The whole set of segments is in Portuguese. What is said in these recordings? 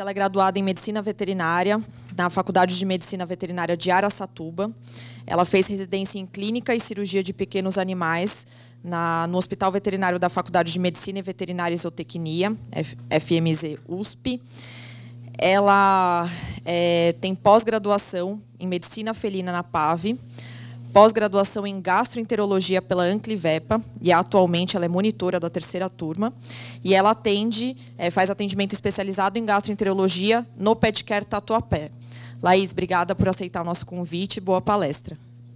ela é graduada em Medicina Veterinária, na Faculdade de Medicina Veterinária de Araçatuba. Ela fez residência em Clínica e Cirurgia de Pequenos Animais no Hospital Veterinário da Faculdade de Medicina e Veterinária e Zootecnia, FMZ-USP. Ela tem pós-graduação em Medicina Felina na PAV, pós-graduação em Gastroenterologia pela Anclivepa, e atualmente ela é monitora da 3ª turma, e ela faz atendimento especializado em gastroenterologia no Pet Care Tatuapé. Laís, obrigada por aceitar o nosso convite, boa palestra.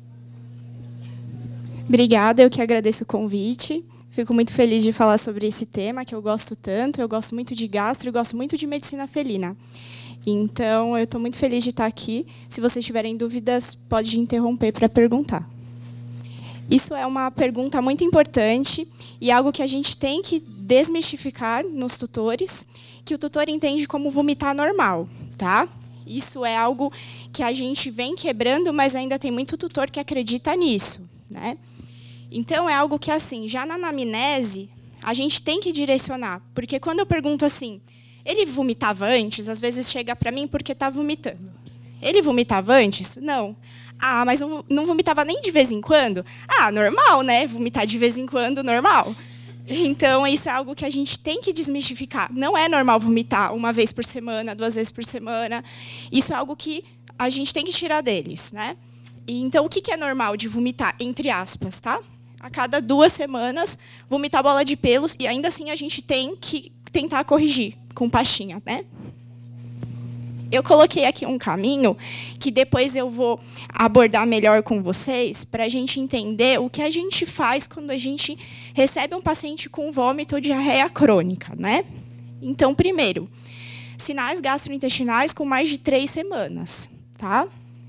Obrigada, eu que agradeço o convite. Fico muito feliz de falar sobre esse tema, que eu gosto tanto. Eu gosto muito de gastro e gosto muito de medicina felina. Então, eu estou muito feliz de estar aqui. Se vocês tiverem dúvidas, pode interromper para perguntar. Isso é uma pergunta muito importante e algo que a gente tem que desmistificar nos tutores, que o tutor entende como vomitar normal, tá? Isso é algo que a gente vem quebrando, mas ainda tem muito tutor que acredita nisso, né? Então, é algo que, assim, já na anamnese, a gente tem que direcionar. Porque quando eu pergunto assim, ele vomitava antes? Às vezes chega para mim porque está vomitando. Ele vomitava antes? Não. Ah, mas não vomitava nem de vez em quando? Ah, normal, né? Vomitar de vez em quando, normal. Então, isso é algo que a gente tem que desmistificar. Não é normal vomitar 1 vez por semana, 2 vezes por semana. Isso é algo que a gente tem que tirar deles, né? E, então, o que é normal de vomitar? Entre aspas, tá? A cada 2 semanas, vomitar bola de pelos, e ainda assim a gente tem que tentar corrigir com pastinha, né? Eu coloquei aqui um caminho que depois eu vou abordar melhor com vocês para a gente entender o que a gente faz quando a gente recebe um paciente com vômito ou diarreia crônica, né? Então, primeiro, sinais gastrointestinais com mais de 3 semanas, tá?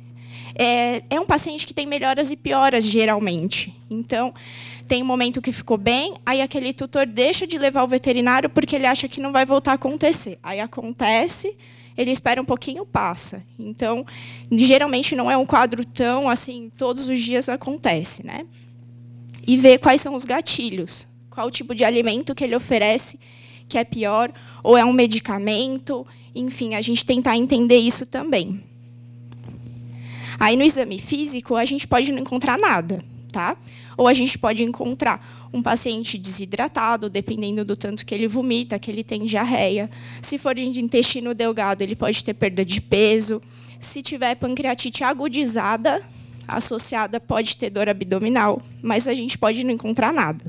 É um paciente que tem melhoras e pioras, geralmente. Então, tem um momento que ficou bem, aí aquele tutor deixa de levar o veterinário porque ele acha que não vai voltar a acontecer. Aí acontece, ele espera um pouquinho, passa. Então, geralmente não é um quadro tão assim, todos os dias acontece, né? E ver quais são os gatilhos, qual o tipo de alimento que ele oferece que é pior, ou é um medicamento, enfim, a gente tentar entender isso também. Aí, no exame físico, a gente pode não encontrar nada, tá? Ou a gente pode encontrar um paciente desidratado, dependendo do tanto que ele vomita, que ele tem diarreia. Se for de intestino delgado, ele pode ter perda de peso. Se tiver pancreatite agudizada, associada, pode ter dor abdominal, mas a gente pode não encontrar nada.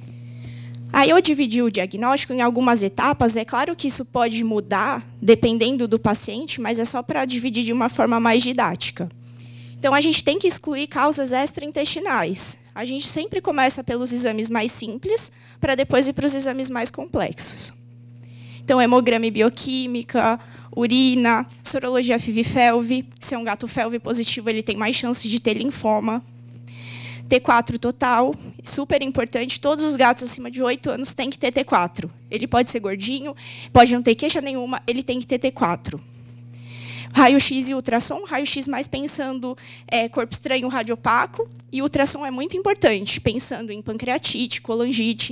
Aí eu dividi o diagnóstico em algumas etapas. É claro que isso pode mudar, dependendo do paciente, mas é só para dividir de uma forma mais didática. Então, a gente tem que excluir causas extraintestinais. A gente sempre começa pelos exames mais simples, para depois ir para os exames mais complexos. Então, hemograma e bioquímica, urina, sorologia FIV-FeLV. Se é um gato FeLV positivo, ele tem mais chances de ter linfoma. T4 total, super importante. Todos os gatos acima de 8 anos têm que ter T4. Ele pode ser gordinho, pode não ter queixa nenhuma, ele tem que ter T4. Raio-X e ultrassom. Raio-X mais pensando corpo estranho radiopaco. E ultrassom é muito importante, pensando em pancreatite, colangite.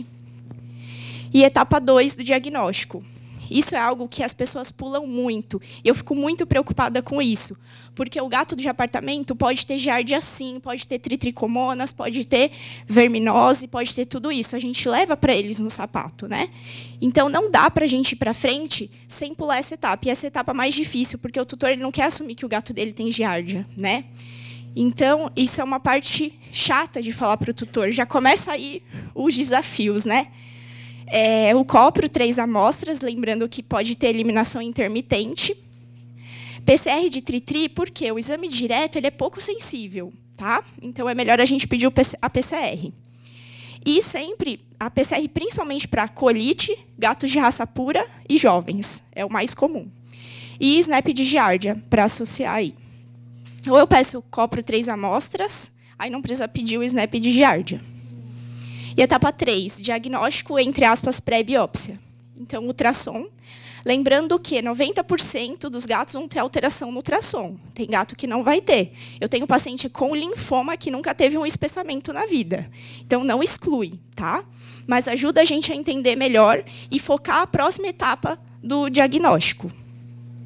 E etapa 2 do diagnóstico. Isso é algo que as pessoas pulam muito. E eu fico muito preocupada com isso. Porque o gato de apartamento pode ter giardia sim, pode ter tritricomonas, pode ter verminose, pode ter tudo isso. A gente leva para eles no sapato, né? Então, não dá para a gente ir para frente sem pular essa etapa. E essa etapa é mais difícil, porque o tutor ele não quer assumir que o gato dele tem giardia, né? Então, isso é uma parte chata de falar para o tutor. Já começa aí os desafios, né? O copro, 3 amostras, lembrando que pode ter eliminação intermitente. PCR de tritri, porque o exame direto ele é pouco sensível, tá? Então, é melhor a gente pedir a PCR. E sempre, a PCR principalmente para colite, gatos de raça pura e jovens, é o mais comum. E SNAP de giardia, para associar aí. Ou eu peço copro 3 amostras, aí não precisa pedir o SNAP de giardia. E etapa 3, diagnóstico, entre aspas, pré-biópsia. Então, ultrassom. Lembrando que 90% dos gatos vão ter alteração no ultrassom. Tem gato que não vai ter. Eu tenho paciente com linfoma que nunca teve um espessamento na vida. Então, não exclui, tá? Mas ajuda a gente a entender melhor e focar a próxima etapa do diagnóstico.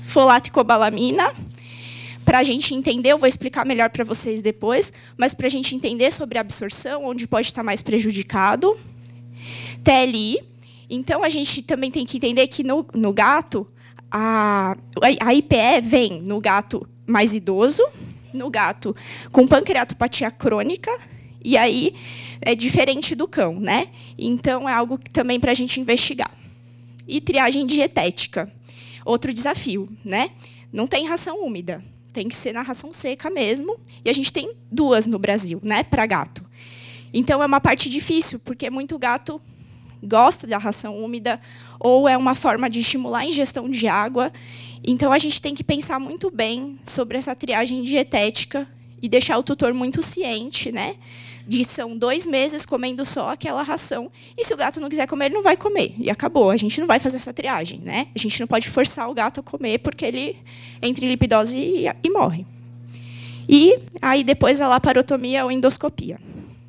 folato e cobalamina. Para a gente entender, eu vou explicar melhor para vocês depois, mas para a gente entender sobre a absorção, onde pode estar mais prejudicado. TLI. Então, a gente também tem que entender que no gato, a IPE vem no gato mais idoso, no gato com pancreatopatia crônica, e aí é diferente do cão, né? Então, é algo também para a gente investigar. E triagem dietética. Outro desafio, né? Não tem ração úmida. Tem que ser na ração seca mesmo. E a gente tem 2 no Brasil, né, para gato. Então, é uma parte difícil, porque muito gato gosta da ração úmida, ou é uma forma de estimular a ingestão de água. Então, a gente tem que pensar muito bem sobre essa triagem dietética e deixar o tutor muito ciente, né, de são 2 meses comendo só aquela ração. E se o gato não quiser comer, ele não vai comer. E acabou. A gente não vai fazer essa triagem, né? A gente não pode forçar o gato a comer, porque ele entra em lipidose e morre. E aí depois a laparotomia ou endoscopia.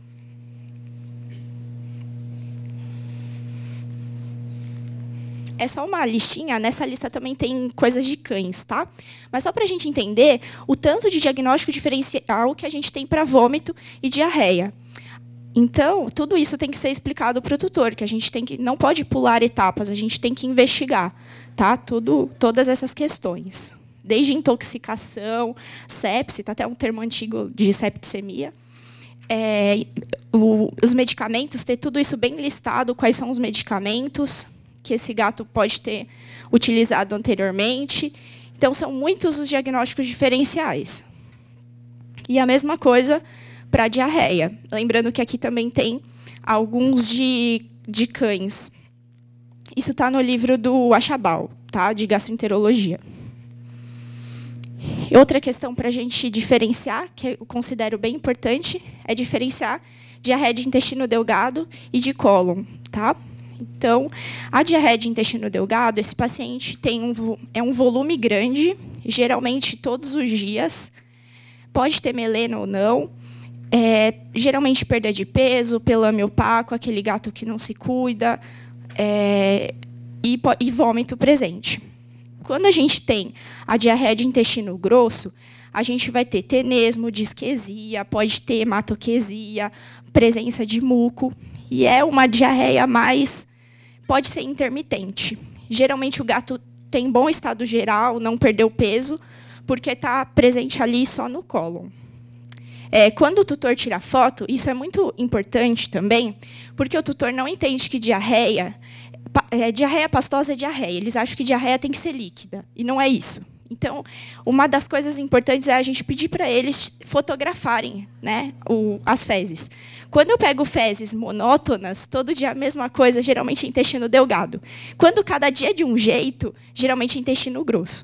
É só uma listinha, nessa lista também tem coisas de cães, tá? Mas só para a gente entender o tanto de diagnóstico diferencial que a gente tem para vômito e diarreia. Então, tudo isso tem que ser explicado para o tutor, que a gente não pode pular etapas, a gente tem que investigar, tá? Todas essas questões. Desde intoxicação, sepse, tá até um termo antigo de septicemia. Os medicamentos, ter tudo isso bem listado, quais são os medicamentos que esse gato pode ter utilizado anteriormente. Então, são muitos os diagnósticos diferenciais. E a mesma coisa para a diarreia. Lembrando que aqui também tem alguns de cães. Isso está no livro do Achabal, tá? De gastroenterologia. Outra questão para a gente diferenciar, que eu considero bem importante, é diferenciar diarreia de intestino delgado e de cólon, tá? Então, a diarreia de intestino delgado, esse paciente tem um volume grande, geralmente todos os dias, pode ter melena ou não, geralmente perda de peso, pelame opaco, aquele gato que não se cuida, e vômito presente. Quando a gente tem a diarreia de intestino grosso, a gente vai ter tenesmo, disquesia, pode ter hematoquesia, presença de muco, e é uma diarreia pode ser intermitente. Geralmente, o gato tem bom estado geral, não perdeu peso, porque está presente ali só no cólon. Quando o tutor tira foto, isso é muito importante também, porque o tutor não entende que diarreia pastosa é diarreia. Eles acham que diarreia tem que ser líquida, e não é isso. Então, uma das coisas importantes é a gente pedir para eles fotografarem, né, as fezes. Quando eu pego fezes monótonas, todo dia a mesma coisa, geralmente é intestino delgado. Quando cada dia é de um jeito, geralmente é intestino grosso.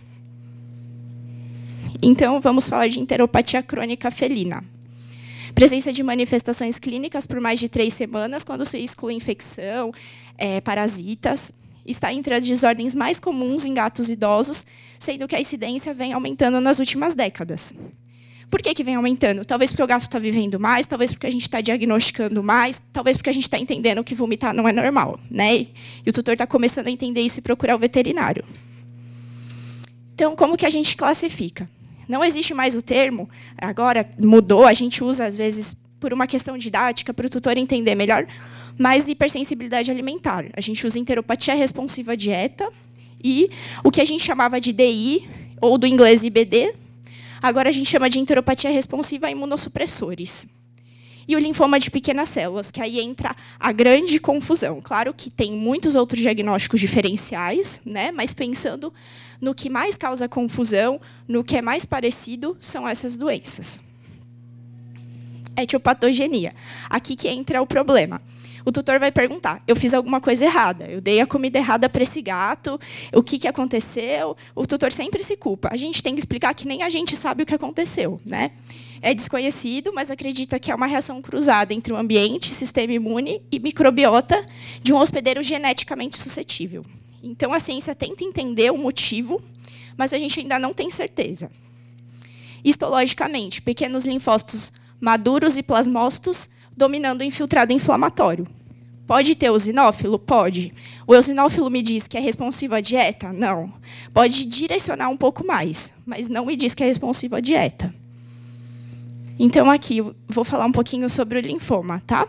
Então, vamos falar de enteropatia crônica felina. Presença de manifestações clínicas por mais de 3 semanas, quando se exclui infecção, parasitas. Está entre as desordens mais comuns em gatos idosos, sendo que a incidência vem aumentando nas últimas décadas. Por que vem aumentando? Talvez porque o gato está vivendo mais, talvez porque a gente está diagnosticando mais, talvez porque a gente está entendendo que vomitar não é normal, né? E o tutor está começando a entender isso e procurar o veterinário. Então, como que a gente classifica? Não existe mais o termo, agora mudou, a gente usa, às vezes, por uma questão didática, para o tutor entender melhor, mas hipersensibilidade alimentar. A gente usa enteropatia responsiva à dieta e o que a gente chamava de DI, ou do inglês IBD, agora a gente chama de enteropatia responsiva a imunossupressores. E o linfoma de pequenas células, que aí entra a grande confusão. Claro que tem muitos outros diagnósticos diferenciais, né? Mas pensando no que mais causa confusão, no que é mais parecido, são essas doenças. Etiopatogenia. Aqui que entra o problema. O tutor vai perguntar, eu fiz alguma coisa errada, eu dei a comida errada para esse gato, o que aconteceu? O tutor sempre se culpa. A gente tem que explicar que nem a gente sabe o que aconteceu, né? É desconhecido, mas acredita que é uma reação cruzada entre o ambiente, sistema imune e microbiota de um hospedeiro geneticamente suscetível. Então, a ciência tenta entender o motivo, mas a gente ainda não tem certeza. Histologicamente, pequenos linfócitos maduros e plasmócitos dominando o infiltrado inflamatório. Pode ter eosinófilo? Pode. O eosinófilo me diz que é responsivo à dieta? Não. Pode direcionar um pouco mais, mas não me diz que é responsivo à dieta. Então, aqui, eu vou falar um pouquinho sobre o linfoma, tá?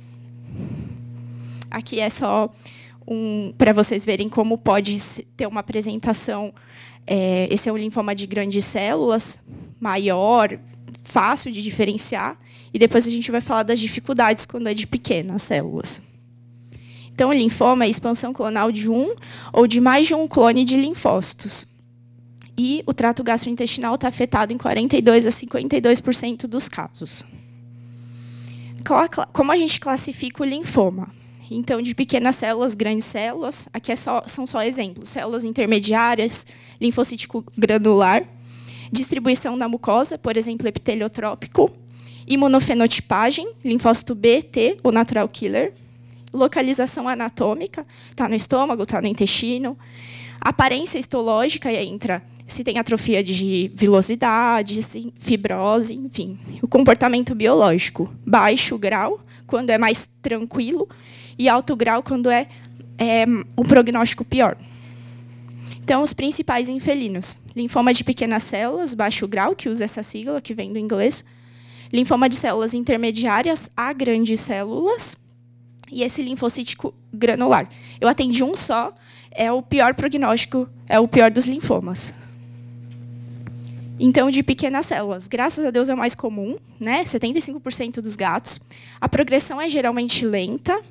Aqui é só para vocês verem como pode ter uma apresentação. Esse é um linfoma de grandes células, maior, fácil de diferenciar. E depois a gente vai falar das dificuldades quando é de pequenas células. Então, o linfoma é a expansão clonal de um ou de mais de um clone de linfócitos. E o trato gastrointestinal está afetado em 42% a 52% dos casos. Como a gente classifica o linfoma? Então, de pequenas células, grandes células, aqui são só exemplos. Células intermediárias, linfocítico granular, distribuição na mucosa, por exemplo, epiteliotrópico, imunofenotipagem, linfócito B, T, ou natural killer, localização anatômica, está no estômago, está no intestino, aparência histológica, e aí entra se tem atrofia de vilosidade, fibrose, enfim. O comportamento biológico, baixo grau, quando é mais tranquilo, e alto grau, quando é um prognóstico pior. Então, os principais em felinos. Linfoma de pequenas células, baixo grau, que usa essa sigla, que vem do inglês. Linfoma de células intermediárias a grandes células. E esse linfocítico granular. Eu atendi um só, é o pior prognóstico, é o pior dos linfomas. Então, de pequenas células, graças a Deus é o mais comum, né? 75% dos gatos. A progressão é geralmente lenta,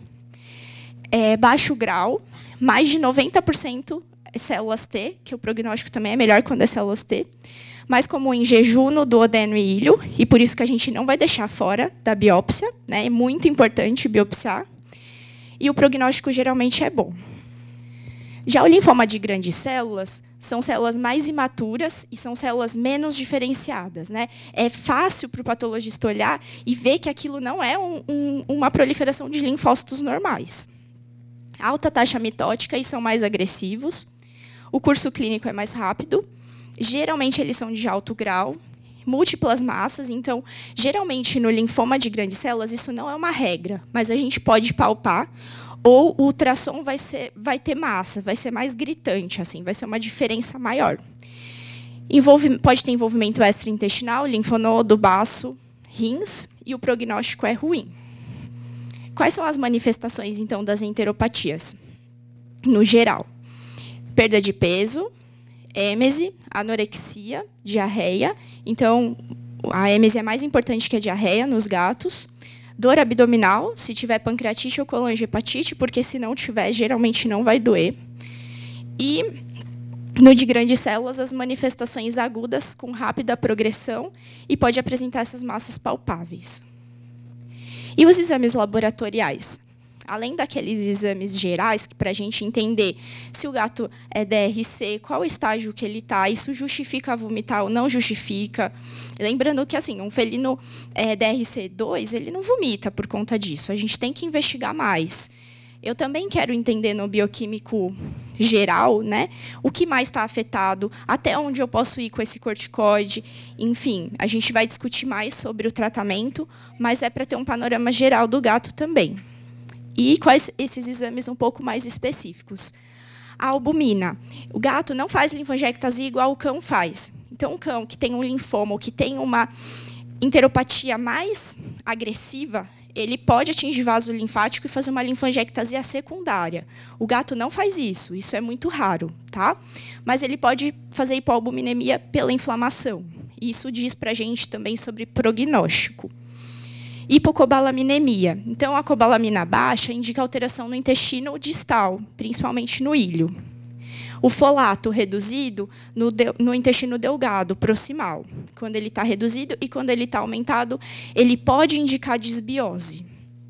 baixo grau, mais de 90% células T, que o prognóstico também é melhor quando é células T. Mais comum em jejuno, duodeno e ilho, e por isso que a gente não vai deixar fora da biópsia, né? É muito importante biopsiar. E o prognóstico geralmente é bom. Já o linfoma de grandes células são células mais imaturas e são células menos diferenciadas, né? É fácil para o patologista olhar e ver que aquilo não é uma proliferação de linfócitos normais. Alta taxa mitótica e são mais agressivos. O curso clínico é mais rápido. Geralmente, eles são de alto grau. Múltiplas massas. Então, geralmente, no linfoma de grandes células, isso não é uma regra, mas a gente pode palpar. Ou o ultrassom vai ter massa, vai ser mais gritante, assim, vai ser uma diferença maior. Pode ter envolvimento extraintestinal, linfonodo, baço, rins, e o prognóstico é ruim. Quais são as manifestações, então, das enteropatias? No geral, perda de peso, êmese, anorexia, diarreia. Então, a êmese é mais importante que a diarreia nos gatos. Dor abdominal, se tiver pancreatite ou colangiopatite, porque se não tiver, geralmente não vai doer. E, no de grandes células, as manifestações agudas com rápida progressão e pode apresentar essas massas palpáveis. E os exames laboratoriais? Além daqueles exames gerais, que para a gente entender se o gato é DRC, qual o estágio que ele está, isso justifica vomitar ou não justifica. Lembrando que assim, um felino DRC2, ele não vomita por conta disso. A gente tem que investigar mais. Eu também quero entender no bioquímico geral, né, o que mais está afetado, até onde eu posso ir com esse corticoide. Enfim, a gente vai discutir mais sobre o tratamento, mas é para ter um panorama geral do gato também. E quais esses exames um pouco mais específicos? A albumina. O gato não faz linfangiectasia igual o cão faz. Então, o cão que tem um linfoma ou que tem uma enteropatia mais agressiva, ele pode atingir vaso linfático e fazer uma linfangiectasia secundária. O gato não faz isso. Isso é muito raro, tá? Mas ele pode fazer hipoalbuminemia pela inflamação. Isso diz para a gente também sobre prognóstico. Hipocobalaminemia. Então, a cobalamina baixa indica alteração no intestino distal, principalmente no ilho. O folato reduzido no intestino delgado, proximal. Quando ele está reduzido e quando ele está aumentado, ele pode indicar disbiose.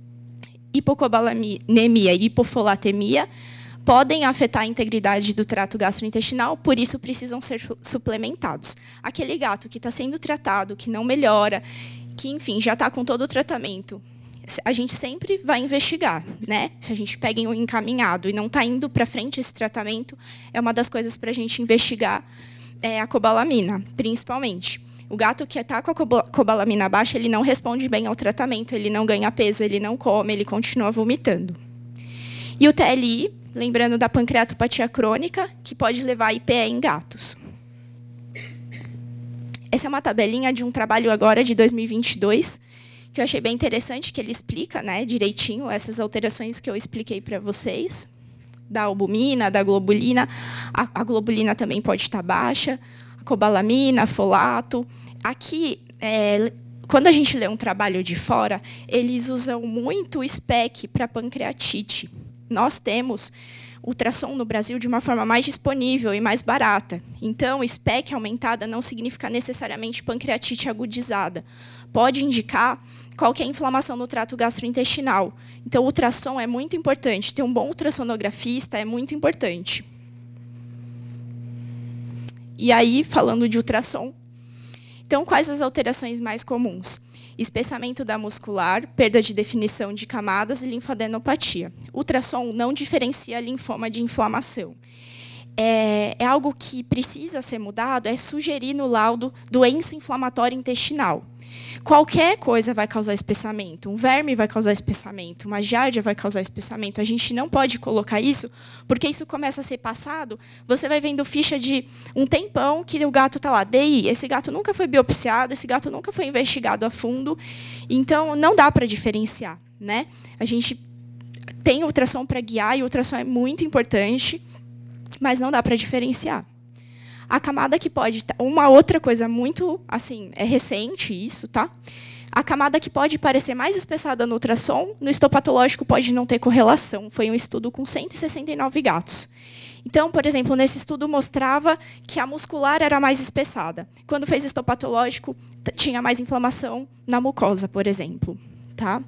Hipocobalaminemia e hipofolatemia podem afetar a integridade do trato gastrointestinal, por isso precisam ser suplementados. Aquele gato que está sendo tratado, que não melhora, que, enfim, já está com todo o tratamento, a gente sempre vai investigar, né? Se a gente pega um encaminhado e não está indo para frente esse tratamento, é uma das coisas para a gente investigar a cobalamina, principalmente. O gato que está com a cobalamina baixa, ele não responde bem ao tratamento, ele não ganha peso, ele não come, ele continua vomitando. E o TLI, lembrando da pancreatopatia crônica, que pode levar a IPE em gatos. Essa é uma tabelinha de um trabalho agora de 2022, que eu achei bem interessante, que ele explica, né, direitinho essas alterações que eu expliquei para vocês, da albumina, da globulina. A globulina também pode estar baixa, a cobalamina, folato. Aqui, quando a gente lê um trabalho de fora, eles usam muito o SPEC para pancreatite. Nós temos ultrassom no Brasil de uma forma mais disponível e mais barata. Então, SPEC aumentada não significa necessariamente pancreatite agudizada. Pode indicar qualquer inflamação no trato gastrointestinal. Então, o ultrassom é muito importante. Ter um bom ultrassonografista é muito importante. E aí, falando de ultrassom, então, quais as alterações mais comuns? Espessamento da muscular, perda de definição de camadas e linfadenopatia. Ultrassom não diferencia linfoma de inflamação. É algo que precisa ser mudado, é sugerir no laudo doença inflamatória intestinal. Qualquer coisa vai causar espessamento. Um verme vai causar espessamento, uma giardia vai causar espessamento. A gente não pode colocar isso, porque isso começa a ser passado. Você vai vendo ficha de um tempão que o gato está lá. DI, esse gato nunca foi biopsiado, esse gato nunca foi investigado a fundo. Então, não dá para diferenciar, né? A gente tem ultrassom para guiar, e o ultrassom é muito importante, mas não dá para diferenciar. A camada que pode... Uma outra coisa muito... assim, é recente isso, tá? A camada que pode parecer mais espessada no ultrassom, no histopatológico pode não ter correlação. Foi um estudo com 169 gatos. Então, por exemplo, nesse estudo mostrava que a muscular era mais espessada. Quando fez histopatológico, tinha mais inflamação na mucosa, por exemplo. Tá?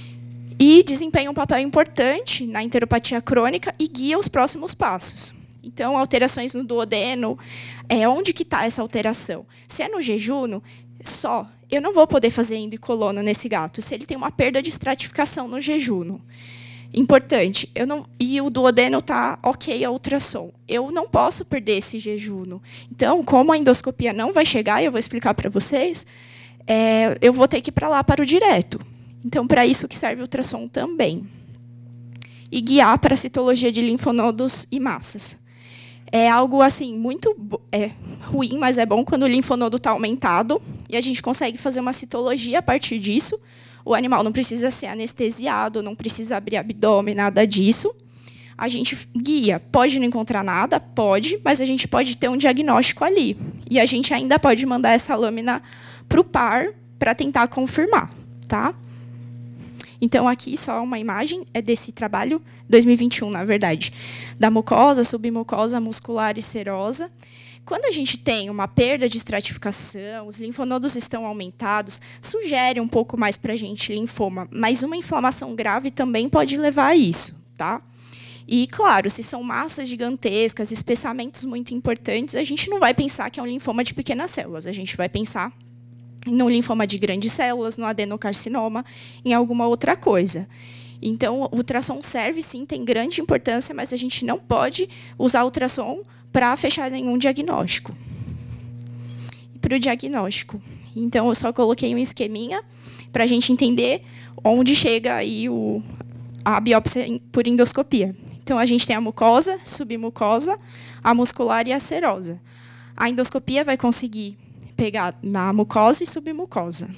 E desempenha um papel importante na enteropatia crônica e guia os próximos passos. Então, alterações no duodeno, onde que está essa alteração? Se é no jejum, eu não vou poder fazer endo e colona nesse gato, se ele tem uma perda de estratificação no jejum. Importante, e o duodeno está ok a ultrassom. Eu não posso perder esse jejum. Então, como a endoscopia não vai chegar, eu vou explicar para vocês, eu vou ter que ir para lá para o direto. Então, para isso que serve o ultrassom também. E guiar para a citologia de linfonodos e massas. É algo assim muito ruim, mas é bom quando o linfonodo está aumentado e a gente consegue fazer uma citologia a partir disso. O animal não precisa ser anestesiado, não precisa abrir abdômen, nada disso. A gente guia. Pode não encontrar nada? Pode, mas a gente pode ter um diagnóstico ali. E a gente ainda pode mandar essa lâmina para o par para tentar confirmar. Tá? Então, aqui só uma imagem desse trabalho, 2021, na verdade, da mucosa, submucosa, muscular e serosa. Quando a gente tem uma perda de estratificação, os linfonodos estão aumentados, sugere um pouco mais para a gente linfoma, mas uma inflamação grave também pode levar a isso. Tá? E, claro, se são massas gigantescas, espessamentos muito importantes, a gente não vai pensar que é um linfoma de pequenas células, a gente vai pensar no linfoma de grandes células, no adenocarcinoma, em alguma outra coisa. Então, o ultrassom serve, sim, tem grande importância, mas a gente não pode usar o ultrassom para fechar nenhum diagnóstico. Para o diagnóstico. Então, eu só coloquei um esqueminha para a gente entender onde chega aí a biópsia por endoscopia. Então, a gente tem a mucosa, submucosa, a muscular e a serosa. A endoscopia vai conseguir pegar na mucosa e submucosa.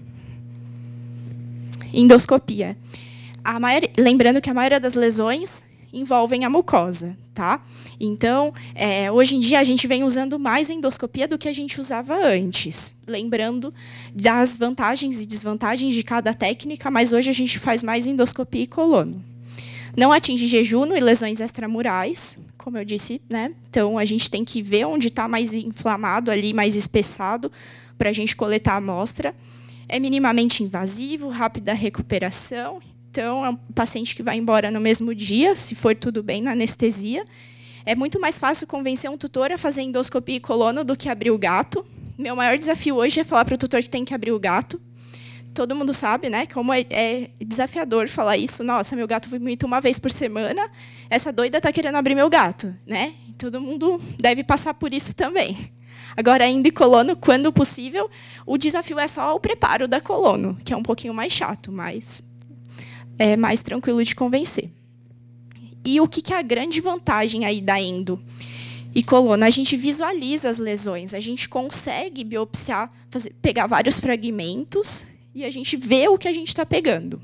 Endoscopia. Lembrando que a maioria das lesões envolvem a mucosa. Tá? Então, hoje em dia, a gente vem usando mais a endoscopia do que a gente usava antes. Lembrando das vantagens e desvantagens de cada técnica, mas hoje a gente faz mais endoscopia e colono. Não atinge jejum e lesões extramurais, como eu disse, né? Então, a gente tem que ver onde está mais inflamado ali, mais espessado, para a gente coletar a amostra. É minimamente invasivo, rápida recuperação. Então, é um paciente que vai embora no mesmo dia, se for tudo bem na anestesia. É muito mais fácil convencer um tutor a fazer endoscopia e colono do que abrir o gato. Meu maior desafio hoje é falar para o tutor que tem que abrir o gato. Todo mundo sabe, né, como é desafiador falar isso. Nossa, meu gato vomita uma vez por semana, essa doida está querendo abrir meu gato. Né? Todo mundo deve passar por isso também. Agora, endo e colono, quando possível, o desafio é só o preparo da colono, que é um pouquinho mais chato, mas é mais tranquilo de convencer. E o que é a grande vantagem aí da endo e coluna? A gente visualiza as lesões, a gente consegue biopsiar, pegar vários fragmentos e a gente vê o que a gente está pegando.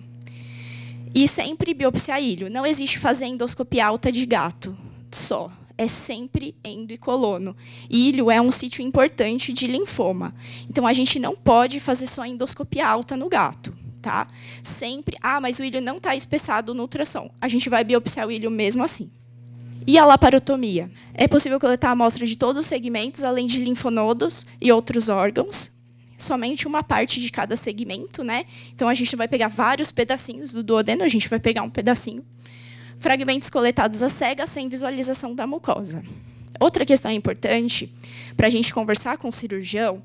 E sempre biopsiar ilho. Não existe fazer endoscopia alta de gato só. É sempre endo e colono. Ilho é um sítio importante de linfoma. Então, a gente não pode fazer só endoscopia alta no gato. Tá? Sempre, mas o ilho não está espessado no ultrassom. A gente vai biopsiar o ilho mesmo assim. E a laparotomia? É possível coletar amostra de todos os segmentos, além de linfonodos e outros órgãos. Somente uma parte de cada segmento, né? Então, a gente vai pegar vários pedacinhos do duodeno, a gente vai pegar um pedacinho. Fragmentos coletados à cega, sem visualização da mucosa. Outra questão importante para a gente conversar com o cirurgião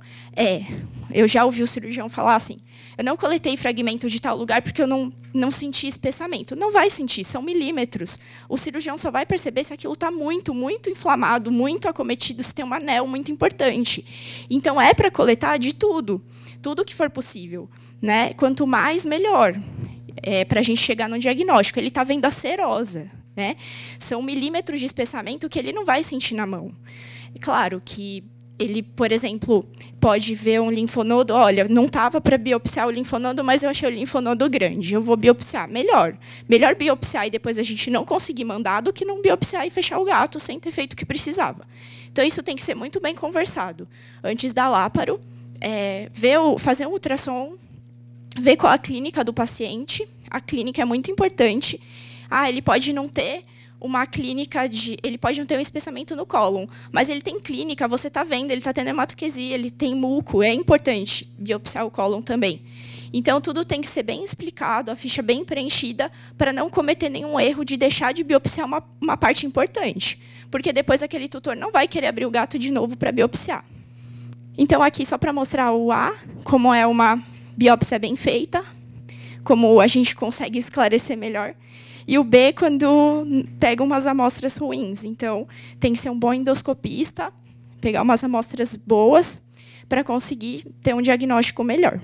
eu já ouvi o cirurgião falar assim, eu não coletei fragmento de tal lugar porque eu não senti espessamento. Não vai sentir, são milímetros. O cirurgião só vai perceber se aquilo está muito, muito inflamado, muito acometido, se tem um anel muito importante. Então, é para coletar de tudo que for possível, né? Quanto mais, melhor, para a gente chegar no diagnóstico. Ele está vendo a serosa. Né? São milímetros de espessamento que ele não vai sentir na mão. Claro que ele, por exemplo, pode ver um linfonodo, olha, não estava para biopsiar o linfonodo, mas eu achei o linfonodo grande, eu vou biopsiar. Melhor biopsiar e depois a gente não conseguir mandar do que não biopsiar e fechar o gato sem ter feito o que precisava. Então, isso tem que ser muito bem conversado. Antes da láparo, fazer um ultrassom, ver qual a clínica do paciente. A clínica é muito importante. Ele pode não ter uma clínica ele pode não ter um espessamento no cólon, mas ele tem clínica, você está vendo, ele está tendo hematoquesia, ele tem muco, é importante biopsiar o cólon também. Então, tudo tem que ser bem explicado, a ficha bem preenchida, para não cometer nenhum erro de deixar de biopsiar uma parte importante, porque depois aquele tutor não vai querer abrir o gato de novo para biopsiar. Então, aqui, só para mostrar o A, como é uma biópsia bem feita, como a gente consegue esclarecer melhor. E o B, quando pega umas amostras ruins. Então, tem que ser um bom endoscopista, pegar umas amostras boas, para conseguir ter um diagnóstico melhor.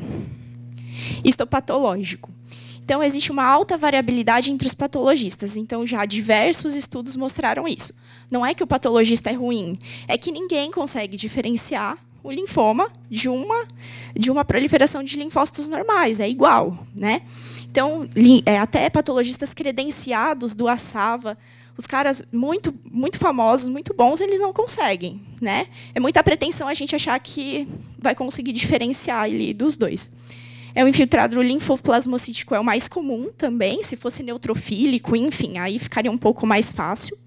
Histopatológico. Então, existe uma alta variabilidade entre os patologistas. Então, já diversos estudos mostraram isso. Não é que o patologista é ruim, é que ninguém consegue diferenciar o linfoma de uma proliferação de linfócitos normais. É igual, né? Então, até patologistas credenciados do ASAVA, os caras muito, muito famosos, muito bons, eles não conseguem, né? É muita pretensão a gente achar que vai conseguir diferenciar ali dos dois. O infiltrado linfoplasmocítico é o mais comum também. Se fosse neutrofílico, enfim, aí ficaria um pouco mais fácil.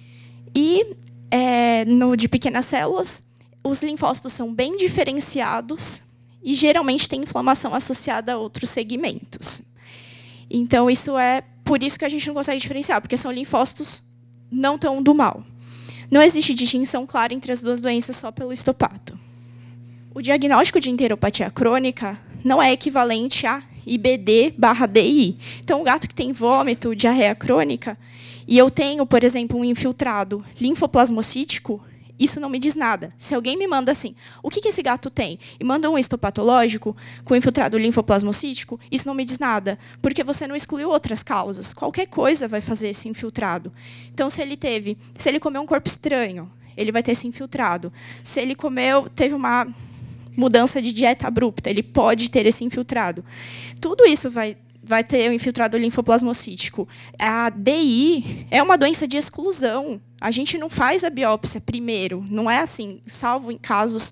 E no de pequenas células, os linfócitos são bem diferenciados e geralmente tem inflamação associada a outros segmentos. Então, por isso que a gente não consegue diferenciar, porque são linfócitos não tão do mal. Não existe distinção clara entre as duas doenças só pelo histopato. O diagnóstico de enteropatia crônica não é equivalente a IBD/DI. Então, o gato que tem vômito, diarreia crônica, e eu tenho, por exemplo, um infiltrado linfoplasmocítico, isso não me diz nada. Se alguém me manda assim, o que esse gato tem? E manda um histopatológico com infiltrado linfoplasmocítico, isso não me diz nada, porque você não excluiu outras causas. Qualquer coisa vai fazer esse infiltrado. Então, se ele comeu um corpo estranho, ele vai ter esse infiltrado. Se ele teve uma mudança de dieta abrupta, ele pode ter esse infiltrado. Tudo isso vai ter o infiltrado linfoplasmocítico. A DI é uma doença de exclusão. A gente não faz a biópsia primeiro. Não é assim, salvo em casos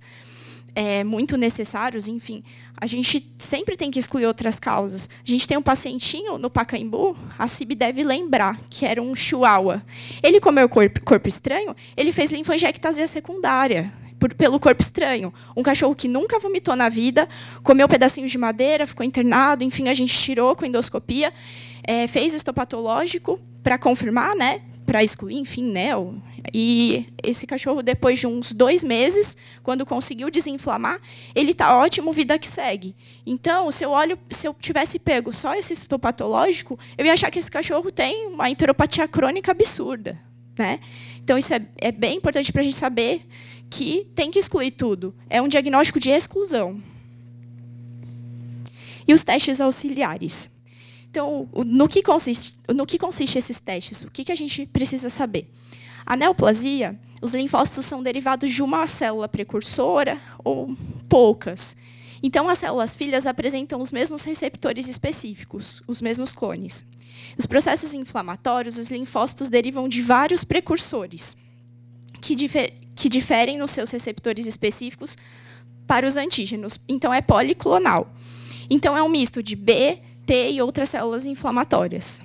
muito necessários, enfim. A gente sempre tem que excluir outras causas. A gente tem um pacientinho no Pacaembu, a CIB deve lembrar, que era um chihuahua. Ele comeu corpo estranho, ele fez linfangiectasia secundária. Pelo corpo estranho. Um cachorro que nunca vomitou na vida, comeu pedacinhos de madeira, ficou internado, enfim, a gente tirou com endoscopia, fez histopatológico para confirmar, né, para excluir, enfim, né. E esse cachorro, depois de uns 2 meses, quando conseguiu desinflamar, ele está ótimo, vida que segue. Então, se eu tivesse pego só esse histopatológico, eu ia achar que esse cachorro tem uma enteropatia crônica absurda, né. Então, isso é bem importante para a gente saber que tem que excluir tudo. É um diagnóstico de exclusão. E os testes auxiliares. Então, no que consiste esses testes? O que a gente precisa saber? A neoplasia, os linfócitos são derivados de uma célula precursora ou poucas. Então, as células filhas apresentam os mesmos receptores específicos, os mesmos clones. Os processos inflamatórios, os linfócitos derivam de vários precursores, que diferem nos seus receptores específicos para os antígenos. Então, é policlonal. Então, é um misto de B, T e outras células inflamatórias.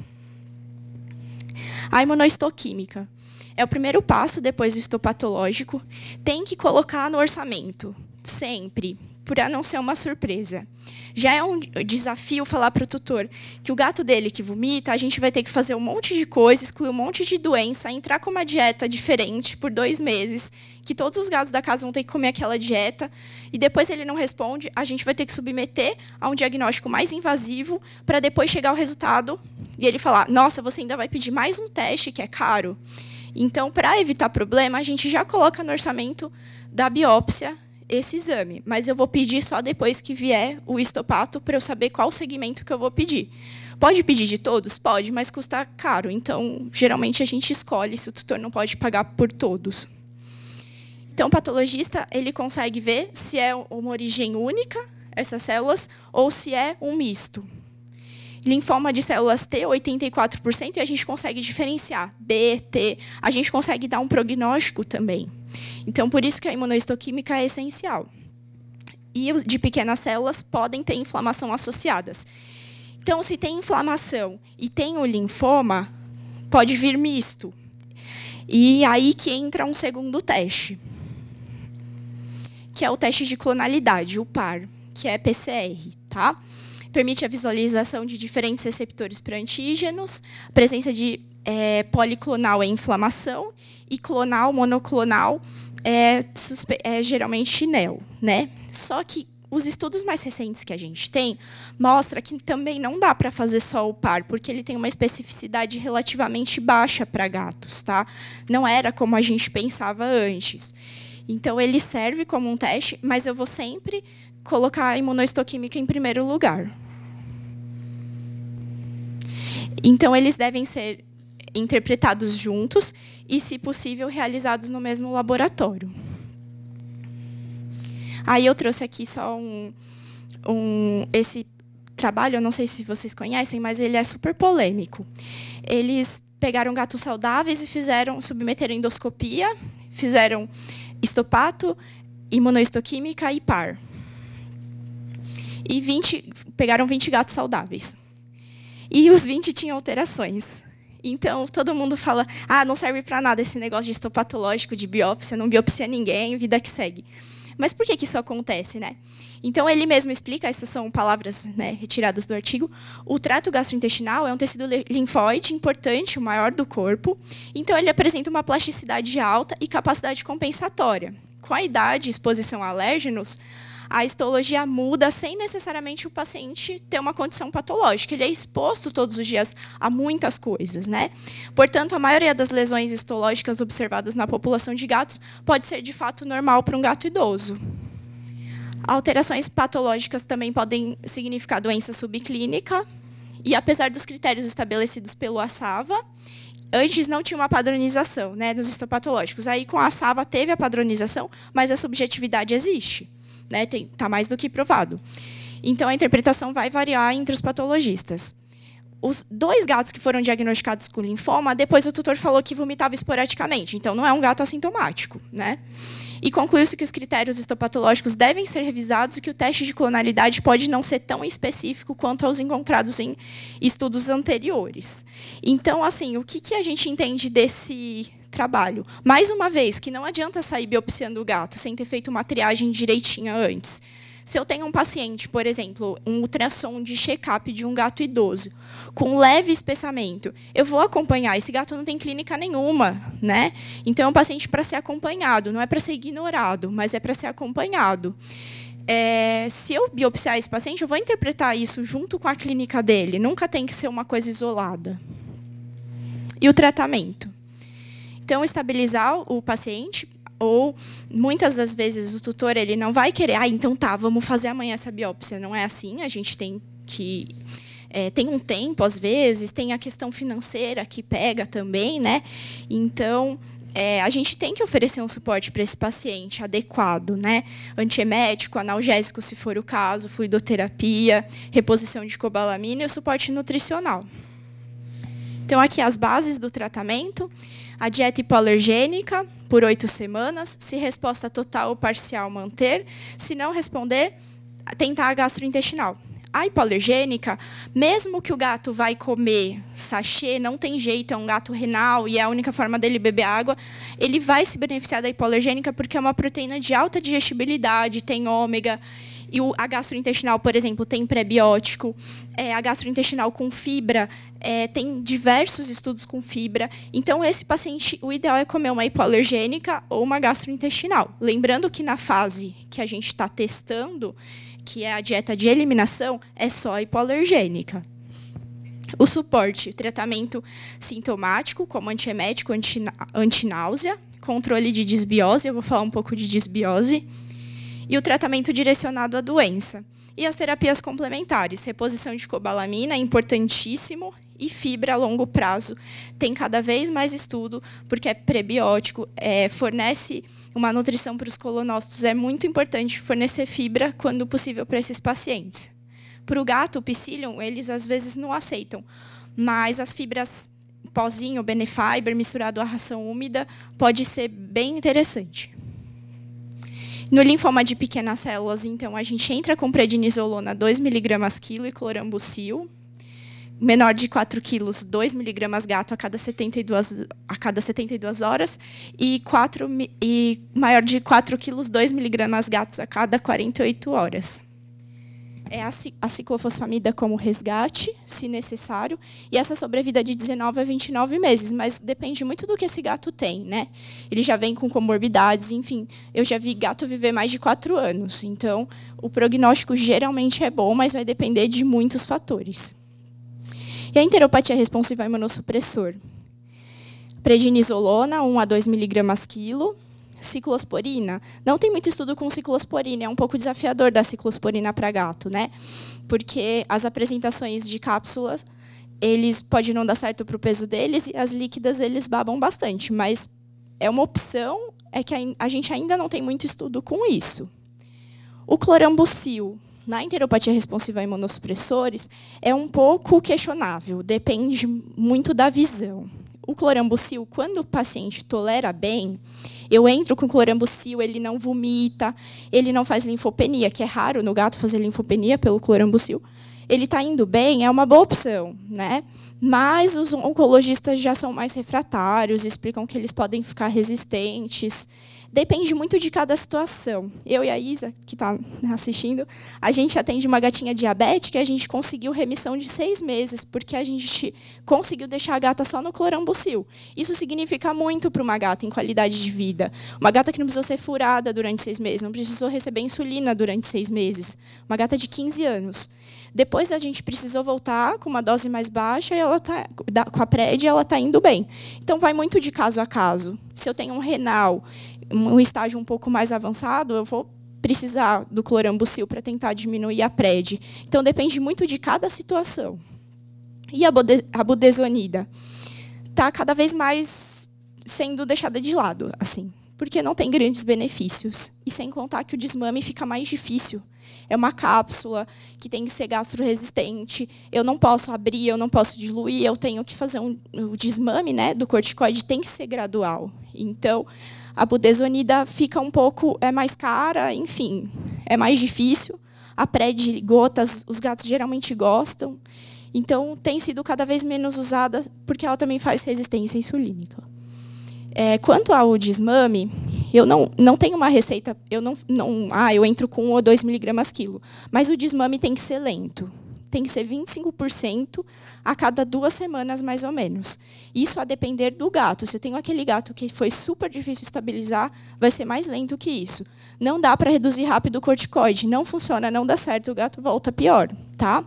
A imunohistoquímica é o primeiro passo depois do histopatológico. Tem que colocar no orçamento, sempre, para não ser uma surpresa. Já é um desafio falar para o tutor que o gato dele que vomita, a gente vai ter que fazer um monte de coisa, excluir um monte de doença, entrar com uma dieta diferente por 2 meses, que todos os gatos da casa vão ter que comer aquela dieta, e depois ele não responde, a gente vai ter que submeter a um diagnóstico mais invasivo, para depois chegar ao resultado e ele falar, nossa, você ainda vai pedir mais um teste, que é caro. Então, para evitar problema, a gente já coloca no orçamento da biópsia esse exame, mas eu vou pedir só depois que vier o histopato para eu saber qual segmento que eu vou pedir. Pode pedir de todos? Pode, mas custa caro. Então, geralmente, a gente escolhe se o tutor não pode pagar por todos. Então, o patologista ele consegue ver se é uma origem única, essas células, ou se é um misto. Linfoma de células T, 84%, e a gente consegue diferenciar B, T. A gente consegue dar um prognóstico também. Então, por isso que a imunohistoquímica é essencial. E de pequenas células podem ter inflamação associadas. Então, se tem inflamação e tem o linfoma, pode vir misto. E aí que entra um segundo teste, que é o teste de clonalidade, o PAR, que é PCR, tá? Permite a visualização de diferentes receptores para antígenos, a presença de policlonal é inflamação, e clonal, monoclonal, é geralmente NEL, né? Só que os estudos mais recentes que a gente tem mostram que também não dá para fazer só o PAR, porque ele tem uma especificidade relativamente baixa para gatos, tá? Não era como a gente pensava antes. Então, ele serve como um teste, mas eu vou sempre colocar a imunohistoquímica em primeiro lugar. Então, eles devem ser interpretados juntos e, se possível, realizados no mesmo laboratório. Aí eu trouxe aqui só esse trabalho, eu não sei se vocês conhecem, mas ele é super polêmico. Eles pegaram gatos saudáveis e submeteram endoscopia, fizeram histopato, imunohistoquímica e PAR. E pegaram 20 gatos saudáveis. E os 20 tinham alterações. Então, todo mundo fala, não serve para nada esse negócio de histopatológico, de biópsia, não biopsia ninguém, vida que segue. Mas por que isso acontece, né? Então, ele mesmo explica, isso são palavras, né, retiradas do artigo, o trato gastrointestinal é um tecido linfóide importante, o maior do corpo. Então, ele apresenta uma plasticidade alta e capacidade compensatória. Com a idade e exposição a alérgenos, a histologia muda sem necessariamente o paciente ter uma condição patológica. Ele é exposto todos os dias a muitas coisas, né? Portanto, a maioria das lesões histológicas observadas na população de gatos pode ser, de fato, normal para um gato idoso. Alterações patológicas também podem significar doença subclínica. E, apesar dos critérios estabelecidos pelo ASAVA, antes não tinha uma padronização, né, dos histopatológicos. Aí, com a ASAVA, teve a padronização, mas a subjetividade existe. Está mais do que provado. Então, a interpretação vai variar entre os patologistas. Os 2 gatos que foram diagnosticados com linfoma, depois o tutor falou que vomitava esporadicamente. Então, não é um gato assintomático, né? E concluiu-se que os critérios histopatológicos devem ser revisados e que o teste de clonalidade pode não ser tão específico quanto aos encontrados em estudos anteriores. Então, assim, o que a gente entende desse trabalho? Mais uma vez, que não adianta sair biopsiando o gato sem ter feito uma triagem direitinha antes. Se eu tenho um paciente, por exemplo, um ultrassom de check-up de um gato idoso, com leve espessamento, eu vou acompanhar. Esse gato não tem clínica nenhuma, né? Então, é um paciente para ser acompanhado, não é para ser ignorado, mas é para ser acompanhado. Se eu biopsiar esse paciente, eu vou interpretar isso junto com a clínica dele. Nunca tem que ser uma coisa isolada. E o tratamento? Então, estabilizar o paciente, ou muitas das vezes o tutor ele não vai querer, então tá, vamos fazer amanhã essa biópsia. Não é assim, a gente tem que tem um tempo, às vezes, tem a questão financeira que pega também, né? Então, a gente tem que oferecer um suporte para esse paciente adequado, né? Antiemético, analgésico, se for o caso, fluidoterapia, reposição de cobalamina e o suporte nutricional. Então, aqui as bases do tratamento: a dieta hipoalergênica por 8 semanas, se resposta total ou parcial, manter, se não responder, tentar a gastrointestinal. A hipoalergênica, mesmo que o gato vai comer sachê, não tem jeito, é um gato renal e é a única forma dele beber água, ele vai se beneficiar da hipoalergênica porque é uma proteína de alta digestibilidade, tem ômega. E a gastrointestinal, por exemplo, tem prebiótico. A gastrointestinal com fibra, tem diversos estudos com fibra. Então, esse paciente, o ideal é comer uma hipoalergênica ou uma gastrointestinal. Lembrando que na fase que a gente está testando, que é a dieta de eliminação, é só hipoalergênica. O suporte, o tratamento sintomático, como antiemético, antináusea, controle de disbiose, eu vou falar um pouco de disbiose, e o tratamento direcionado à doença. E as terapias complementares, reposição de cobalamina, importantíssimo, e fibra a longo prazo. Tem cada vez mais estudo, porque é prebiótico, fornece uma nutrição para os colonócitos. É muito importante fornecer fibra, quando possível, para esses pacientes. Para o gato, o Psyllium, eles às vezes não aceitam, mas as fibras pozinho, Benefiber, misturado à ração úmida, pode ser bem interessante. No linfoma de pequenas células, então, a gente entra com prednisolona 2 mg/kg e clorambucil. Menor de 4 kg, 2 mg gato a cada 72 horas. E maior de 4 kg, 2 mg gatos a cada 48 horas. A ciclofosfamida como resgate, se necessário, e essa sobrevida de 19 a 29 meses, mas depende muito do que esse gato tem, né? Ele já vem com comorbidades, enfim. Eu já vi gato viver mais de 4 anos, então o prognóstico geralmente é bom, mas vai depender de muitos fatores. E a enteropatia responsiva a imunossupressor? Prednisolona, 1 a 2 mg/kg. Ciclosporina. Não tem muito estudo com ciclosporina, é um pouco desafiador dar ciclosporina para gato, né? Porque as apresentações de cápsulas, eles pode não dar certo para o peso deles, e as líquidas eles babam bastante, mas é uma opção, é que a gente ainda não tem muito estudo com isso. O clorambucil, na enteropatia responsiva a imunossupressores, é um pouco questionável, depende muito da visão. O clorambucil, quando o paciente tolera bem, eu entro com clorambucil, ele não vomita, ele não faz linfopenia, que é raro no gato fazer linfopenia pelo clorambucil. Ele está indo bem, é uma boa opção, né? Mas os oncologistas já são mais refratários, explicam que eles podem ficar resistentes. Depende muito de cada situação. Eu e a Isa, que está assistindo, a gente atende uma gatinha diabética e a gente conseguiu remissão de 6 meses, porque a gente conseguiu deixar a gata só no clorambucil. Isso significa muito para uma gata em qualidade de vida. Uma gata que não precisou ser furada durante 6 meses, não precisou receber insulina durante 6 meses. Uma gata de 15 anos. Depois a gente precisou voltar com uma dose mais baixa e ela tá, com a PRED, ela está indo bem. Então, vai muito de caso a caso. Se eu tenho um renal, um estágio um pouco mais avançado, eu vou precisar do clorambucil para tentar diminuir a PRED. Então, depende muito de cada situação. E a budesonida está cada vez mais sendo deixada de lado, assim, porque não tem grandes benefícios. E sem contar que o desmame fica mais difícil. É uma cápsula que tem que ser gastroresistente. Eu não posso abrir, eu não posso diluir, eu tenho que fazer o desmame, né, do corticoide, tem que ser gradual. Então, a budesonida fica um pouco mais cara, enfim, é mais difícil. A PRED gotas, os gatos geralmente gostam. Então, tem sido cada vez menos usada porque ela também faz resistência insulínica. Quanto ao desmame, eu não tenho uma receita, eu entro com 1 ou 2 mg/kg, mas o desmame tem que ser lento. Tem que ser 25% a cada 2 semanas, mais ou menos. Isso a depender do gato. Se eu tenho aquele gato que foi super difícil estabilizar, vai ser mais lento que isso. Não dá para reduzir rápido o corticoide. Não funciona, não dá certo, o gato volta pior. Tá?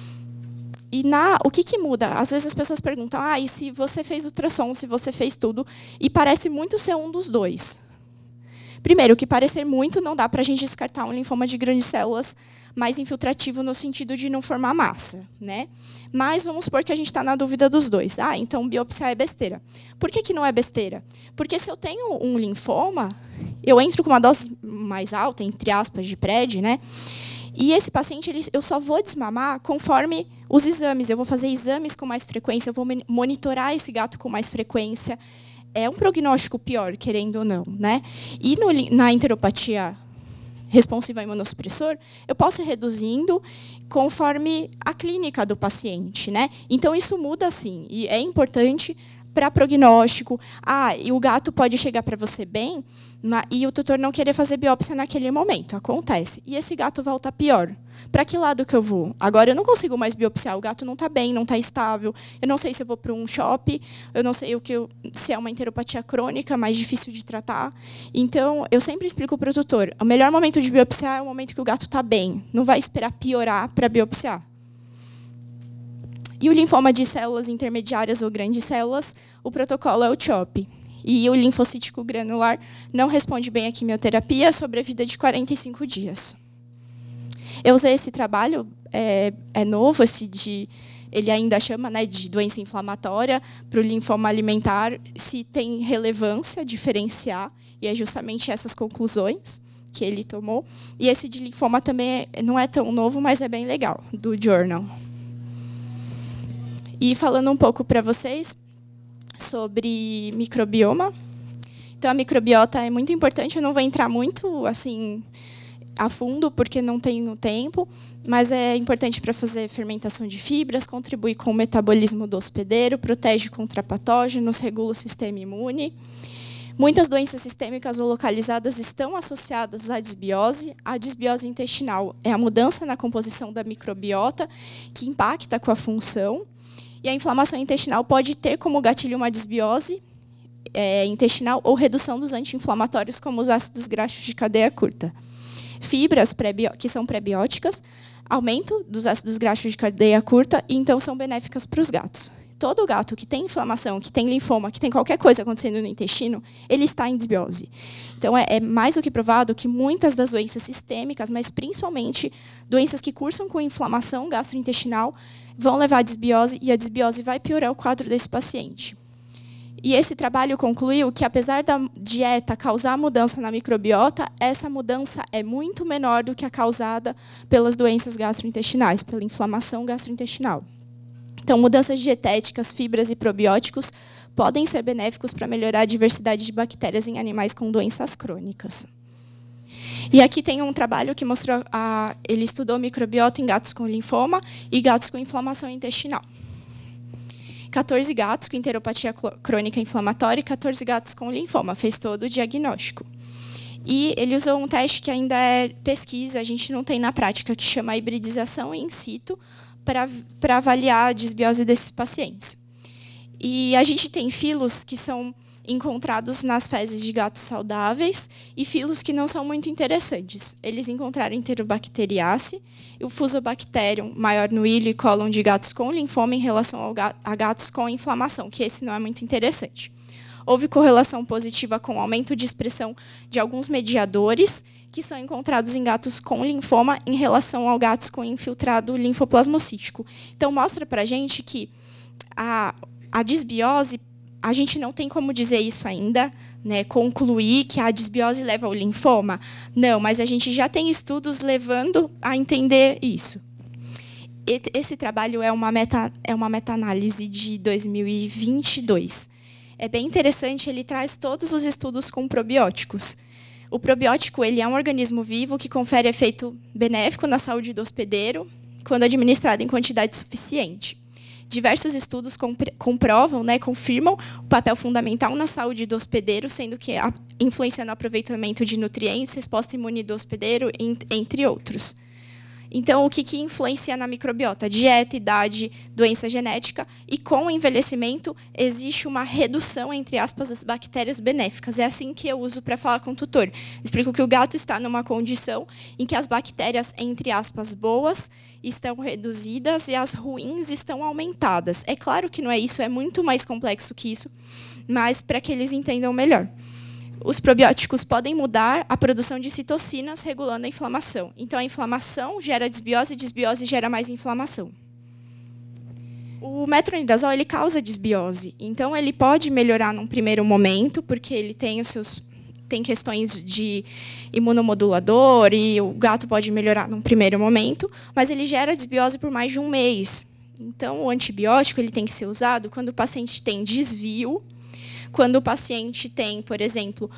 E o que muda? Às vezes as pessoas perguntam, e se você fez ultrassom, se você fez tudo, e parece muito ser um dos dois. Primeiro, que parecer muito, não dá para a gente descartar um linfoma de grandes células mais infiltrativo no sentido de não formar massa, né? Mas vamos supor que a gente está na dúvida dos dois. Ah, então biopsiar é besteira. Por que não é besteira? Porque se eu tenho um linfoma, eu entro com uma dose mais alta, entre aspas, de PRED, né? E esse paciente, eu só vou desmamar conforme os exames. Eu vou fazer exames com mais frequência, eu vou monitorar esse gato com mais frequência. É um prognóstico pior, querendo ou não, né? E na enteropatia responsiva a imunossupressor, eu posso ir reduzindo conforme a clínica do paciente, né? Então, isso muda, sim, e é importante para prognóstico. Ah, e o gato pode chegar para você bem e o tutor não querer fazer biópsia naquele momento. Acontece. E esse gato volta pior. Para que lado que eu vou? Agora eu não consigo mais biopsiar. O gato não está bem, não está estável. Eu não sei se eu vou para um shopping. Eu não sei se é uma enteropatia crônica, mais difícil de tratar. Então, eu sempre explico para o tutor, o melhor momento de biopsiar é o momento que o gato está bem. Não vai esperar piorar para biopsiar. E o linfoma de células intermediárias ou grandes células, o protocolo é o CHOP. E o linfocítico granular não responde bem à quimioterapia, sobrevida de 45 dias. Eu usei esse trabalho, é novo, ele ainda chama, né, de doença inflamatória, para o linfoma alimentar, se tem relevância diferenciar, e é justamente essas conclusões que ele tomou. E esse de linfoma também não é tão novo, mas é bem legal, do Journal. E falando um pouco para vocês sobre microbioma. Então, a microbiota é muito importante. Eu não vou entrar muito assim a fundo, porque não tenho tempo, mas é importante para fazer fermentação de fibras, contribui com o metabolismo do hospedeiro, protege contra patógenos, regula o sistema imune. Muitas doenças sistêmicas ou localizadas estão associadas à disbiose. A disbiose intestinal é a mudança na composição da microbiota que impacta com a função. E a inflamação intestinal pode ter como gatilho uma disbiose intestinal ou redução dos anti-inflamatórios, como os ácidos graxos de cadeia curta. Fibras, que são prebióticas, aumento dos ácidos graxos de cadeia curta, e então são benéficas para os gatos. Todo gato que tem inflamação, que tem linfoma, que tem qualquer coisa acontecendo no intestino, ele está em disbiose. Então, é mais do que provado que muitas das doenças sistêmicas, mas principalmente doenças que cursam com inflamação gastrointestinal, vão levar à disbiose, e a disbiose vai piorar o quadro desse paciente. E esse trabalho concluiu que, apesar da dieta causar mudança na microbiota, essa mudança é muito menor do que a causada pelas doenças gastrointestinais, pela inflamação gastrointestinal. Então, mudanças dietéticas, fibras e probióticos podem ser benéficos para melhorar a diversidade de bactérias em animais com doenças crônicas. E aqui tem um trabalho que mostrou, ele estudou microbiota em gatos com linfoma e gatos com inflamação intestinal. 14 gatos com enteropatia crônica inflamatória e 14 gatos com linfoma. Fez todo o diagnóstico. E ele usou um teste que ainda é pesquisa, a gente não tem na prática, que chama hibridização in situ, para avaliar a disbiose desses pacientes. E a gente tem filos que são encontrados nas fezes de gatos saudáveis e filos que não são muito interessantes. Eles encontraram Enterobacteriaceae e o Fusobacterium maior no ilho e cólon de gatos com linfoma em relação a gatos com inflamação, que esse não é muito interessante. Houve correlação positiva com o aumento de expressão de alguns mediadores que são encontrados em gatos com linfoma em relação aos gatos com infiltrado linfoplasmocítico. Então, mostra para a gente que a disbiose, a gente não tem como dizer isso ainda, né, concluir que a disbiose leva ao linfoma. Não, mas a gente já tem estudos levando a entender isso. Esse trabalho é uma meta-análise de 2022. É bem interessante, ele traz todos os estudos com probióticos. O probiótico ele é um organismo vivo que confere efeito benéfico na saúde do hospedeiro quando administrado em quantidade suficiente. Diversos estudos comprovam, né, confirmam o papel fundamental na saúde do hospedeiro, sendo que influencia no aproveitamento de nutrientes, resposta imune do hospedeiro, entre outros. Então, o que influencia na microbiota? Dieta, idade, doença genética. E, com o envelhecimento, existe uma redução, entre aspas, das bactérias benéficas. É assim que eu uso para falar com o tutor. Explico que o gato está numa condição em que as bactérias, entre aspas, boas, estão reduzidas e as ruins estão aumentadas. É claro que não é isso, é muito mais complexo que isso, mas para que eles entendam melhor. os probióticos podem mudar a produção de citocinas, regulando a inflamação. Então, a inflamação gera desbiose, e desbiose gera mais inflamação. O metronidazol ele causa desbiose. Então, ele pode melhorar num primeiro momento, porque ele tem questões de imunomodulador e o gato pode melhorar num primeiro momento, mas ele gera desbiose por mais de um mês. Então, o antibiótico ele tem que ser usado quando o paciente tem desvio, quando o paciente tem, por exemplo,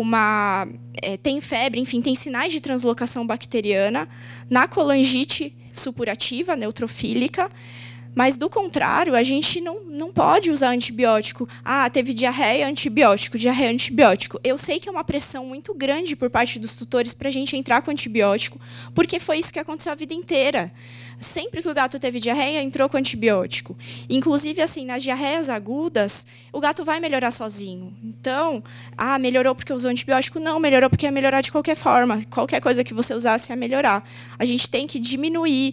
tem febre, enfim, tem sinais de translocação bacteriana, na colangite supurativa, neutrofílica. Mas, do contrário, a gente não pode usar antibiótico. Teve diarreia, antibiótico, diarreia, antibiótico. Eu sei que é uma pressão muito grande por parte dos tutores para a gente entrar com antibiótico, porque foi isso que aconteceu a vida inteira. Sempre que o gato teve diarreia, entrou com antibiótico. Inclusive, assim, nas diarreias agudas, o gato vai melhorar sozinho. Então, melhorou porque usou antibiótico? Não, melhorou porque ia melhorar de qualquer forma. Qualquer coisa que você usasse ia melhorar. A gente tem que diminuir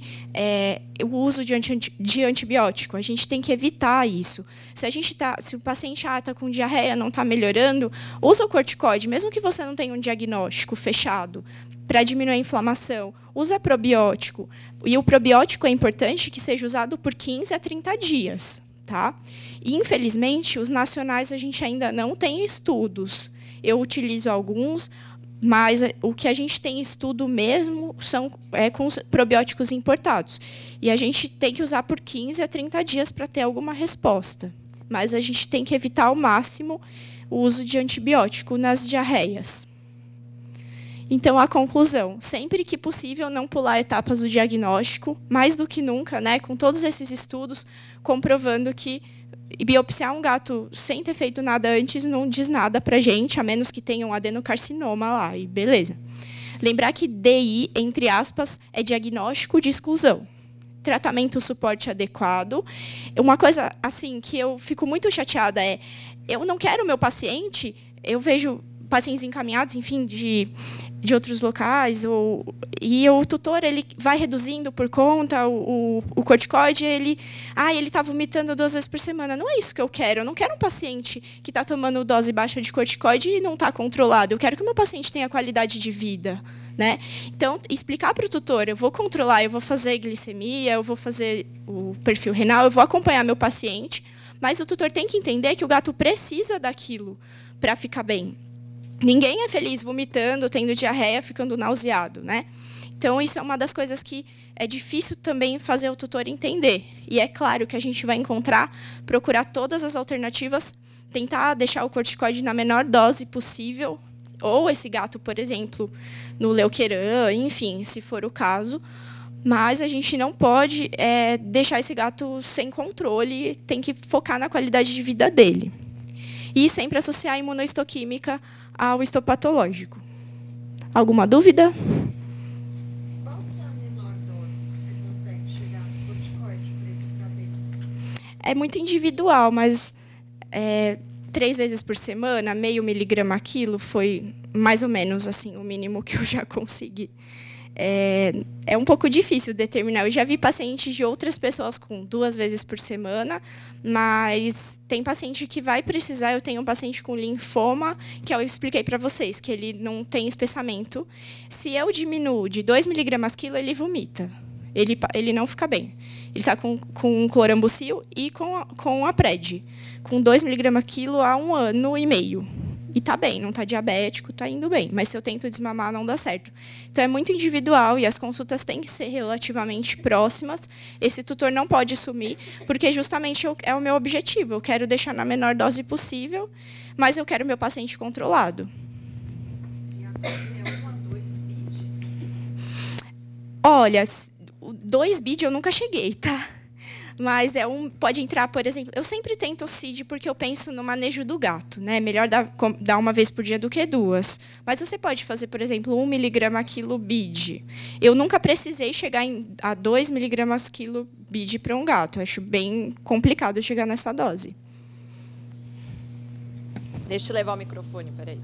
o uso de antibiótico. A gente tem que evitar isso. Se o paciente está com diarreia, não está melhorando, usa o corticoide, mesmo que você não tenha um diagnóstico fechado, para diminuir a inflamação. Usa probiótico. E o probiótico é importante que seja usado por 15 a 30 dias. Tá? E, infelizmente, os nacionais a gente ainda não tem estudos. Eu utilizo alguns, mas o que a gente tem estudo mesmo com os probióticos importados. E a gente tem que usar por 15 a 30 dias para ter alguma resposta. Mas a gente tem que evitar ao máximo o uso de antibiótico nas diarreias. Então, a conclusão, sempre que possível, não pular etapas do diagnóstico, mais do que nunca, né, com todos esses estudos comprovando que biopsiar um gato sem ter feito nada antes não diz nada para a gente, a menos que tenha um adenocarcinoma lá, e beleza. Lembrar que DI, entre aspas, é diagnóstico de exclusão. Tratamento, suporte adequado. Uma coisa assim que eu fico muito chateada eu não quero o meu paciente, eu vejo pacientes encaminhados, enfim, de outros locais, e o tutor ele vai reduzindo por conta, o corticoide, ele está vomitando 2 vezes por semana. Não é isso que eu quero. Eu não quero um paciente que está tomando dose baixa de corticoide e não está controlado. Eu quero que o meu paciente tenha qualidade de vida. Né? Então, explicar para o tutor, eu vou controlar, eu vou fazer glicemia, eu vou fazer o perfil renal, eu vou acompanhar meu paciente, mas o tutor tem que entender que o gato precisa daquilo para ficar bem. Ninguém é feliz vomitando, tendo diarreia, ficando nauseado, né? Então, isso é uma das coisas que é difícil também fazer o tutor entender. E é claro que a gente vai procurar todas as alternativas, tentar deixar o corticoide na menor dose possível, ou esse gato, por exemplo, no Leukeran, enfim, se for o caso. Mas a gente não pode deixar esse gato sem controle, tem que focar na qualidade de vida dele. E sempre associar a imunohistoquímica ao histopatológico. Alguma dúvida? Qual que é a menor dose que você consegue chegar no corticoide para ele ficar bem? É muito individual, mas 3 vezes por semana, meio miligrama quilo, foi mais ou menos assim o mínimo que eu já consegui. É um pouco difícil determinar. Eu já vi pacientes de outras pessoas com 2 vezes por semana, mas tem paciente que vai precisar. Eu tenho um paciente com linfoma, que eu expliquei para vocês, que ele não tem espessamento. Se eu diminuo de 2 miligramas quilo, ele vomita. Ele não fica bem. Ele está com clorambucil e com a PRED, com 2 miligramas quilo há 1 ano e meio. E está bem, não está diabético, está indo bem. Mas se eu tento desmamar, não dá certo. Então, é muito individual e as consultas têm que ser relativamente próximas. Esse tutor não pode sumir, porque justamente é o meu objetivo. Eu quero deixar na menor dose possível, mas eu quero meu paciente controlado. E a dose é 1 a 2 BID? Olha, 2 BID eu nunca cheguei, tá? Mas pode entrar, por exemplo, eu sempre tento o CID porque eu penso no manejo do gato, né? Melhor dar 1 vez por dia do que 2. Mas você pode fazer, por exemplo, 1 miligrama quilo BID. Eu nunca precisei chegar a 2 miligramas quilo BID para um gato. Eu acho bem complicado chegar nessa dose. Deixa eu levar o microfone, peraí.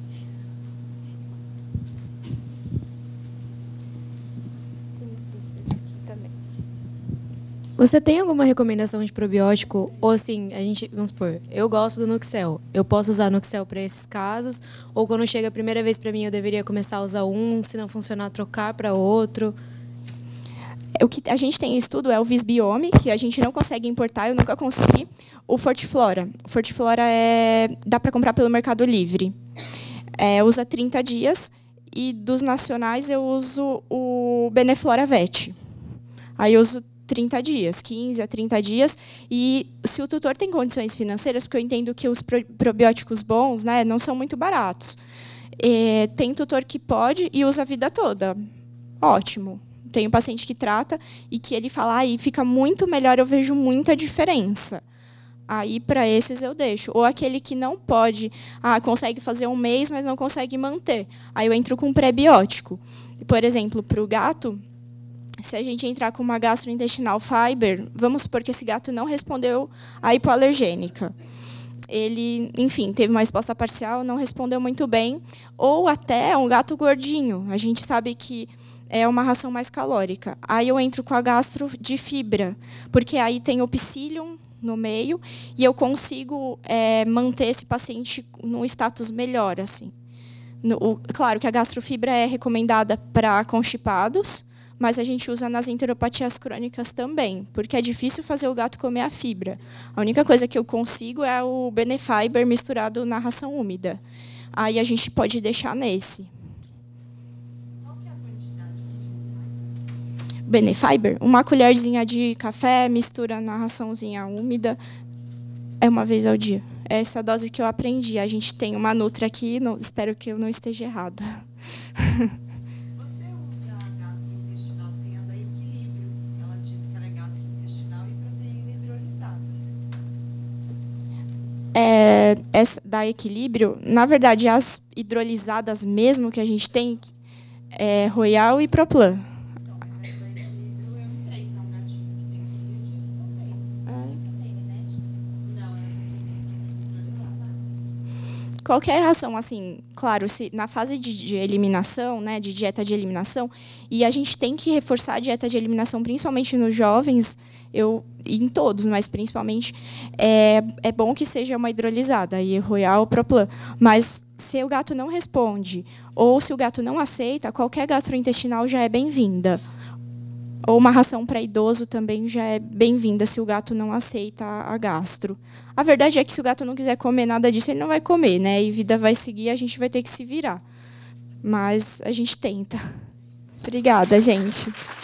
Temos dúvidas aqui também. Você tem alguma recomendação de probiótico? Ou assim, vamos supor, eu gosto do Nuxel. Eu posso usar Nuxel para esses casos? Ou quando chega a primeira vez para mim, eu deveria começar a usar um, se não funcionar, trocar para outro? O que a gente tem em estudo é o Visbiome, que a gente não consegue importar, eu nunca consegui. O Fortiflora. O Fortiflora dá para comprar pelo Mercado Livre. Usa 30 dias. E dos nacionais eu uso o Beneflora Vet. Aí eu uso 30 dias, 15 a 30 dias. E se o tutor tem condições financeiras, porque eu entendo que os probióticos bons, né, não são muito baratos. Tem tutor que pode e usa a vida toda. Ótimo. Tem um paciente que trata e que ele fala, aí fica muito melhor, eu vejo muita diferença. Aí, para esses, eu deixo. Ou aquele que não pode, consegue fazer um mês, mas não consegue manter. Aí eu entro com um prebiótico. Por exemplo, para o gato, se a gente entrar com uma gastrointestinal fiber, vamos supor que esse gato não respondeu à hipoalergênica. Ele, enfim, teve uma resposta parcial, não respondeu muito bem. Ou até um gato gordinho. A gente sabe que é uma ração mais calórica. Aí eu entro com a gastro de fibra, porque aí tem o psyllium no meio e eu consigo manter esse paciente num status melhor. Assim. Claro que a gastrofibra é recomendada para constipados, mas a gente usa nas enteropatias crônicas também, porque é difícil fazer o gato comer a fibra. A única coisa que eu consigo é o Benefiber misturado na ração úmida. Aí a gente pode deixar nesse. Benefiber, uma colherzinha de café, mistura na raçãozinha úmida, uma vez ao dia. Essa é a dose que eu aprendi. A gente tem uma Nutri aqui, espero que eu não esteja errada. Você usa a gastrointestinal, tem a da Equilíbrio. Ela diz que ela é gastrointestinal e proteína hidrolisada. Essa da Equilíbrio, na verdade, as hidrolisadas mesmo que a gente tem é Royal e Proplan. Qualquer ração, assim, claro, na fase de eliminação, né, de dieta de eliminação, e a gente tem que reforçar a dieta de eliminação, principalmente nos jovens, em todos, mas principalmente, é bom que seja uma hidrolisada, aí Royal ou Proplan. Mas se o gato não responde, ou se o gato não aceita, qualquer gastrointestinal já é bem-vinda. Ou uma ração para idoso também já é bem-vinda se o gato não aceita a gastro. A verdade é que se o gato não quiser comer nada disso, ele não vai comer, né? E vida vai seguir, a gente vai ter que se virar. Mas a gente tenta. Obrigada, gente.